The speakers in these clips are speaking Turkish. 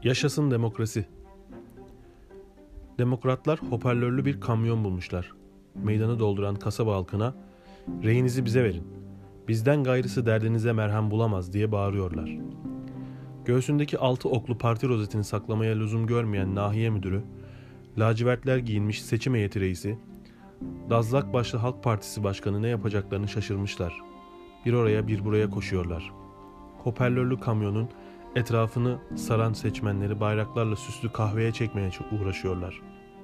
Yaşasın demokrasi. Demokratlar hoparlörlü bir kamyon bulmuşlar. Meydanı dolduran kasaba halkına "Reyinizi bize verin. Bizden gayrısı derdinize merhem bulamaz" diye bağırıyorlar. Göğsündeki 6 oklu parti rozetini saklamaya lüzum görmeyen nahiye müdürü, lacivertler giyinmiş seçim heyeti reisi, Dazlak başlı Halk Partisi başkanı ne yapacaklarını şaşırmışlar. Bir oraya bir buraya koşuyorlar. Hoparlörlü kamyonun etrafını saran seçmenleri bayraklarla süslü kahveye çekmeye uğraşıyorlar.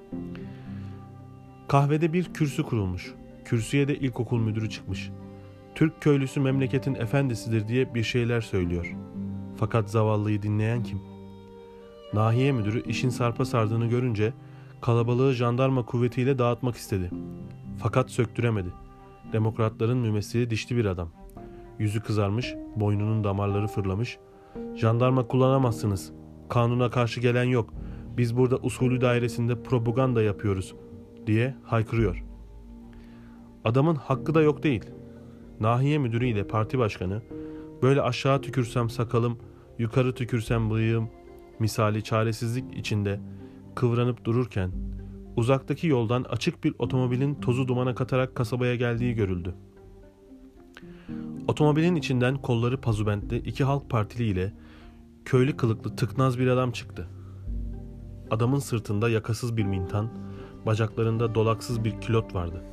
Kahvede bir kürsü kurulmuş. Kürsüye de ilkokul müdürü çıkmış. Türk köylüsü memleketin efendisidir diye bir şeyler söylüyor. Fakat zavallıyı dinleyen kim? Nahiye müdürü işin sarpa sardığını görünce kalabalığı jandarma kuvvetiyle dağıtmak istedi. Fakat söktüremedi. Demokratların mümessili dişli bir adam. Yüzü kızarmış, boynunun damarları fırlamış. "Jandarma kullanamazsınız. Kanuna karşı gelen yok. Biz burada usulü dairesinde propaganda yapıyoruz" diye haykırıyor. Adamın hakkı da yok değil. Nahiye müdürü ile parti başkanı böyle aşağı tükürsem sakalım, yukarı tükürsem bıyığım misali çaresizlik içinde kıvranıp dururken uzaktaki yoldan açık bir otomobilin tozu dumana katarak kasabaya geldiği görüldü. Otomobilin içinden kolları pazubentli 2 Halk Partili ile köylü kılıklı tıknaz bir adam çıktı. Adamın sırtında yakasız bir mintan, bacaklarında dolaksız bir külot vardı.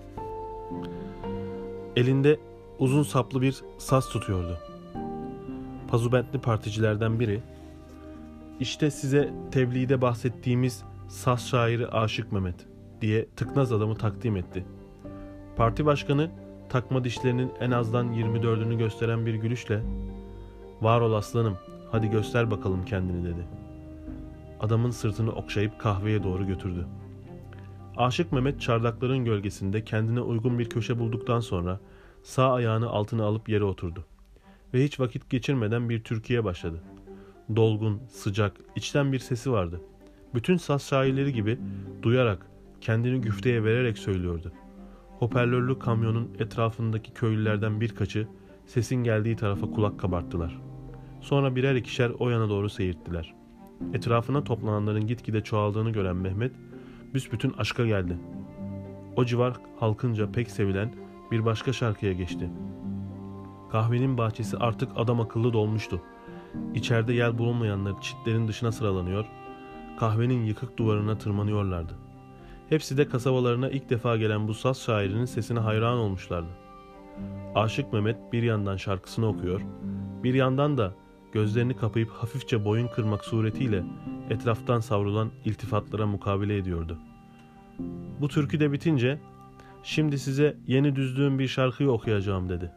Elinde uzun saplı bir saz tutuyordu. Pazubentli particilerden biri, "İşte size tebliğde bahsettiğimiz saz şairi Aşık Mehmet" diye tıknaz adamı takdim etti. Parti başkanı takma dişlerinin en azdan 24'ünü gösteren bir gülüşle "Var ol aslanım, hadi göster bakalım kendini" dedi. Adamın sırtını okşayıp kahveye doğru götürdü. Aşık Mehmet çardakların gölgesinde kendine uygun bir köşe bulduktan sonra sağ ayağını altına alıp yere oturdu. Ve hiç vakit geçirmeden bir türküye başladı. Dolgun, sıcak, içten bir sesi vardı. Bütün saz şairleri gibi duyarak, kendini güfteye vererek söylüyordu. Hoparlörlü kamyonun etrafındaki köylülerden birkaçı sesin geldiği tarafa kulak kabarttılar. Sonra birer ikişer o yana doğru seyirttiler. Etrafına toplananların gitgide çoğaldığını gören Mehmet büsbütün aşka geldi. O civar halkınca pek sevilen bir başka şarkıya geçti. Kahvenin bahçesi artık adam akıllı dolmuştu. İçeride yer bulunmayanlar çitlerin dışına sıralanıyor, kahvenin yıkık duvarına tırmanıyorlardı. Hepsi de kasabalarına ilk defa gelen bu saz şairinin sesine hayran olmuşlardı. Aşık Mehmet bir yandan şarkısını okuyor, bir yandan da gözlerini kapayıp hafifçe boyun kırmak suretiyle etraftan savrulan iltifatlara mukabele ediyordu. Bu türkü de bitince "Şimdi size yeni düzdüğüm bir şarkıyı okuyacağım" dedi.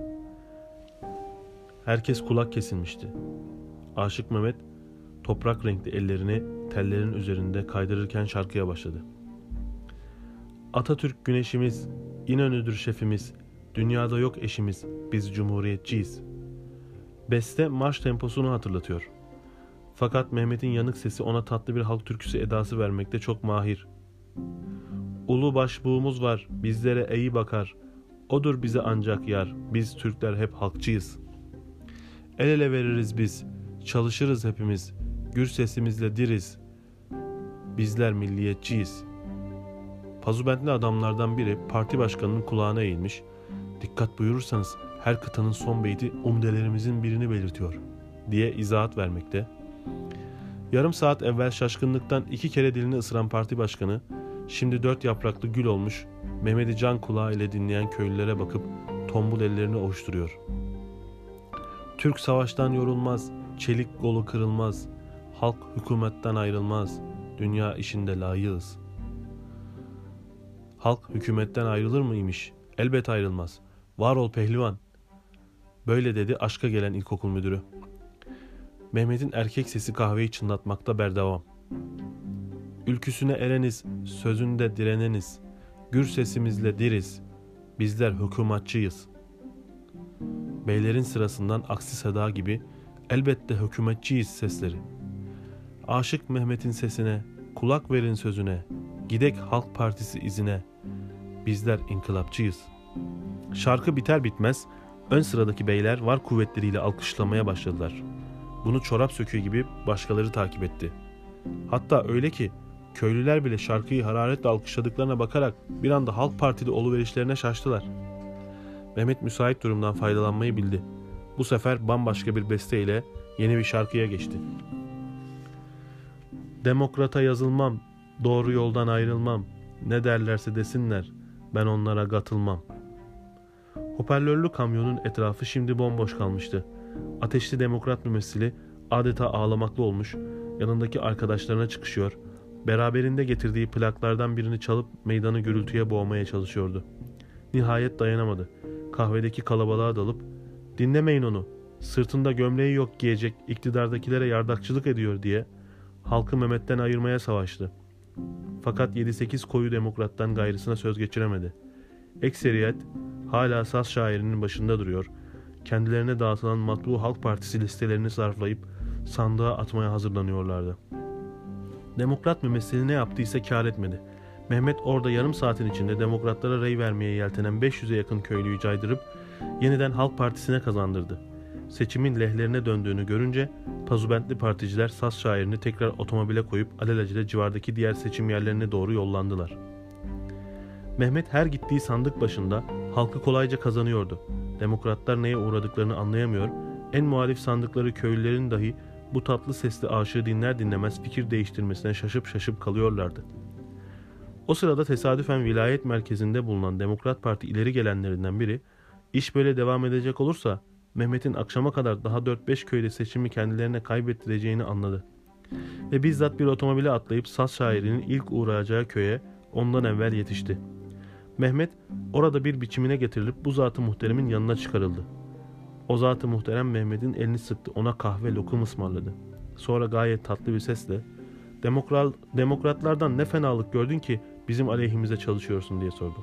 Herkes kulak kesilmişti. Aşık Mehmet toprak renkli ellerini tellerin üzerinde kaydırırken şarkıya başladı. "Atatürk güneşimiz, İnönü'dür şefimiz, dünyada yok eşimiz, biz cumhuriyetçiyiz." Beste marş temposunu hatırlatıyor. Fakat Mehmet'in yanık sesi ona tatlı bir halk türküsü edası vermekte çok mahir. "Ulu başbuğumuz var, bizlere iyi bakar, odur bize ancak yar, biz Türkler hep halkçıyız. El ele veririz biz, çalışırız hepimiz, gür sesimizle diriz, bizler milliyetçiyiz." Pazubentli adamlardan biri parti başkanının kulağına eğilmiş, "Dikkat buyurursanız her kıtanın son beyti umdelerimizin birini belirtiyor" diye izahat vermekte. Yarım saat evvel şaşkınlıktan 2 kere dilini ısıran parti başkanı şimdi 4 yapraklı gül olmuş, Mehmet'i can kulağı ile dinleyen köylülere bakıp tombul ellerini ovuşturuyor. "Türk savaştan yorulmaz, çelik kolu kırılmaz, halk hükümetten ayrılmaz, dünya işinde layığız." Halk hükümetten ayrılır mıymış? Elbet ayrılmaz. Var ol pehlivan. Böyle dedi aşka gelen ilkokul müdürü. Mehmet'in erkek sesi kahveyi çınlatmakta berdevam. "Ülküsüne ereniz, sözünde direneniz, gür sesimizle diriz, bizler hükümetçiyiz." Beylerin sırasından aksi seda gibi "Elbette hükümetçiyiz" sesleri. Aşık Mehmet'in sesine, kulak verin sözüne, gidek Halk Partisi izine, bizler inkılapçıyız. Şarkı biter bitmez ön sıradaki beyler var kuvvetleriyle alkışlamaya başladılar. Bunu çorap söküğü gibi başkaları takip etti. Hatta öyle ki köylüler bile şarkıyı hararetle alkışladıklarına bakarak bir anda Halk Partili oluverişlerine şaştılar. Mehmet müsait durumdan faydalanmayı bildi. Bu sefer bambaşka bir besteyle yeni bir şarkıya geçti. Demokrata yazılmam, doğru yoldan ayrılmam, ne derlerse desinler, ben onlara katılmam. Hoparlörlü kamyonun etrafı şimdi bomboş kalmıştı. Ateşli demokrat mümessili adeta ağlamaklı olmuş, yanındaki arkadaşlarına çıkışıyor, beraberinde getirdiği plaklardan birini çalıp meydanı gürültüye boğmaya çalışıyordu. Nihayet dayanamadı. Kahvedeki kalabalığa dalıp, dinlemeyin onu, sırtında gömleği yok giyecek, iktidardakilere yardakçılık ediyor diye halkı Mehmet'ten ayırmaya savaştı. Fakat 7-8 koyu demokrattan gayrısına söz geçiremedi. Ekseriyet hala saz şairinin başında duruyor, kendilerine dağıtılan matbu Halk Partisi listelerini zarflayıp sandığa atmaya hazırlanıyorlardı. Demokrat mümessili ne yaptıysa kâr etmedi. Mehmet orada yarım saatin içinde demokratlara rey vermeye yeltenen 500'e yakın köylüyü caydırıp yeniden Halk Partisi'ne kazandırdı. Seçimin lehlerine döndüğünü görünce pazubentli particiler saz şairini tekrar otomobile koyup alelacele civardaki diğer seçim yerlerine doğru yollandılar. Mehmet her gittiği sandık başında halkı kolayca kazanıyordu. Demokratlar neye uğradıklarını anlayamıyor, en muhalif sandıkları köylülerin dahi bu tatlı sesli aşığı dinler dinlemez fikir değiştirmesine şaşıp kalıyorlardı. O sırada tesadüfen vilayet merkezinde bulunan Demokrat Parti ileri gelenlerinden biri, iş böyle devam edecek olursa Mehmet'in akşama kadar daha 4-5 köyde seçimi kendilerine kaybettireceğini anladı. Ve bizzat bir otomobile atlayıp saz şairinin ilk uğrayacağı köye ondan evvel yetişti. Mehmet orada bir biçimine getirilip bu zat-ı muhteremin yanına çıkarıldı. O zat-ı muhterem Mehmet'in elini sıktı, ona kahve lokum ısmarladı. Sonra gayet tatlı bir sesle demokratlardan ne fenalık gördün ki bizim aleyhimize çalışıyorsun diye sordu.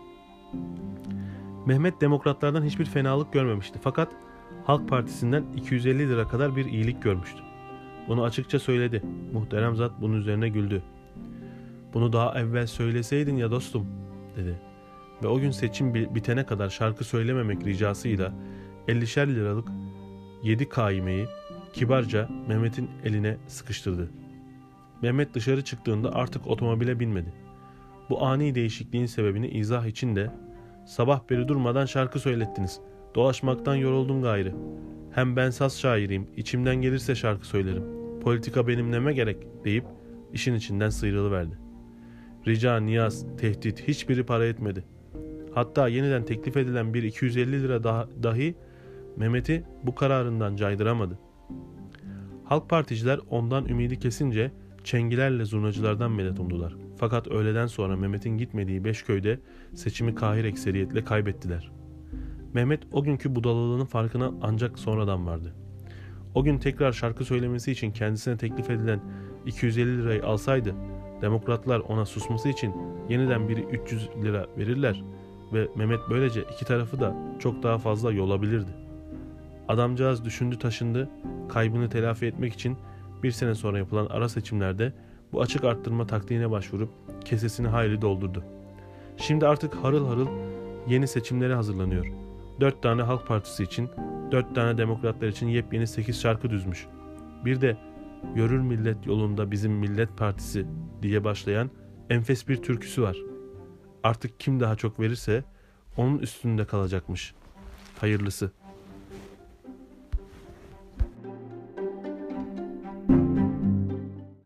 Mehmet demokratlardan hiçbir fenalık görmemişti fakat Halk Partisi'nden 250 lira kadar bir iyilik görmüştü. Bunu açıkça söyledi. Muhterem zat bunun üzerine güldü. Bunu daha evvel söyleseydin ya dostum dedi. Ve o gün seçim bitene kadar şarkı söylememek ricasıyla 50'şer liralık 7 kaimeyi kibarca Mehmet'in eline sıkıştırdı. Mehmet dışarı çıktığında artık otomobile binmedi. Bu ani değişikliğin sebebini izah için de sabah beri durmadan şarkı söylettiniz. Dolaşmaktan yoruldum gayrı. Hem ben saz şairiyim, içimden gelirse şarkı söylerim. Politika benim neme gerek deyip işin içinden sıyrılıverdi. Rica, niyaz, tehdit hiçbiri para etmedi. Hatta yeniden teklif edilen bir 250 lira dahi Mehmet'i bu kararından caydıramadı. Halk particiler ondan ümidi kesince çengilerle zurnacılardan medet umdular. Fakat öğleden sonra Mehmet'in gitmediği 5 köyde seçimi kahir ekseriyetle kaybettiler. Mehmet o günkü budalalığının farkına ancak sonradan vardı. O gün tekrar şarkı söylemesi için kendisine teklif edilen 250 lirayı alsaydı, demokratlar ona susması için yeniden biri 300 lira verirler ve Mehmet böylece iki tarafı da çok daha fazla yolabilirdi. Adamcağız düşündü taşındı, kaybını telafi etmek için bir sene sonra yapılan ara seçimlerde bu açık arttırma taktiğine başvurup kesesini hayli doldurdu. Şimdi artık harıl harıl yeni seçimlere hazırlanıyor. 4 tane Halk Partisi için, 4 tane demokratlar için yepyeni 8 şarkı düzmüş. Bir de "Yörür millet yolunda bizim millet partisi" diye başlayan enfes bir türküsü var. Artık kim daha çok verirse onun üstünde kalacakmış. Hayırlısı.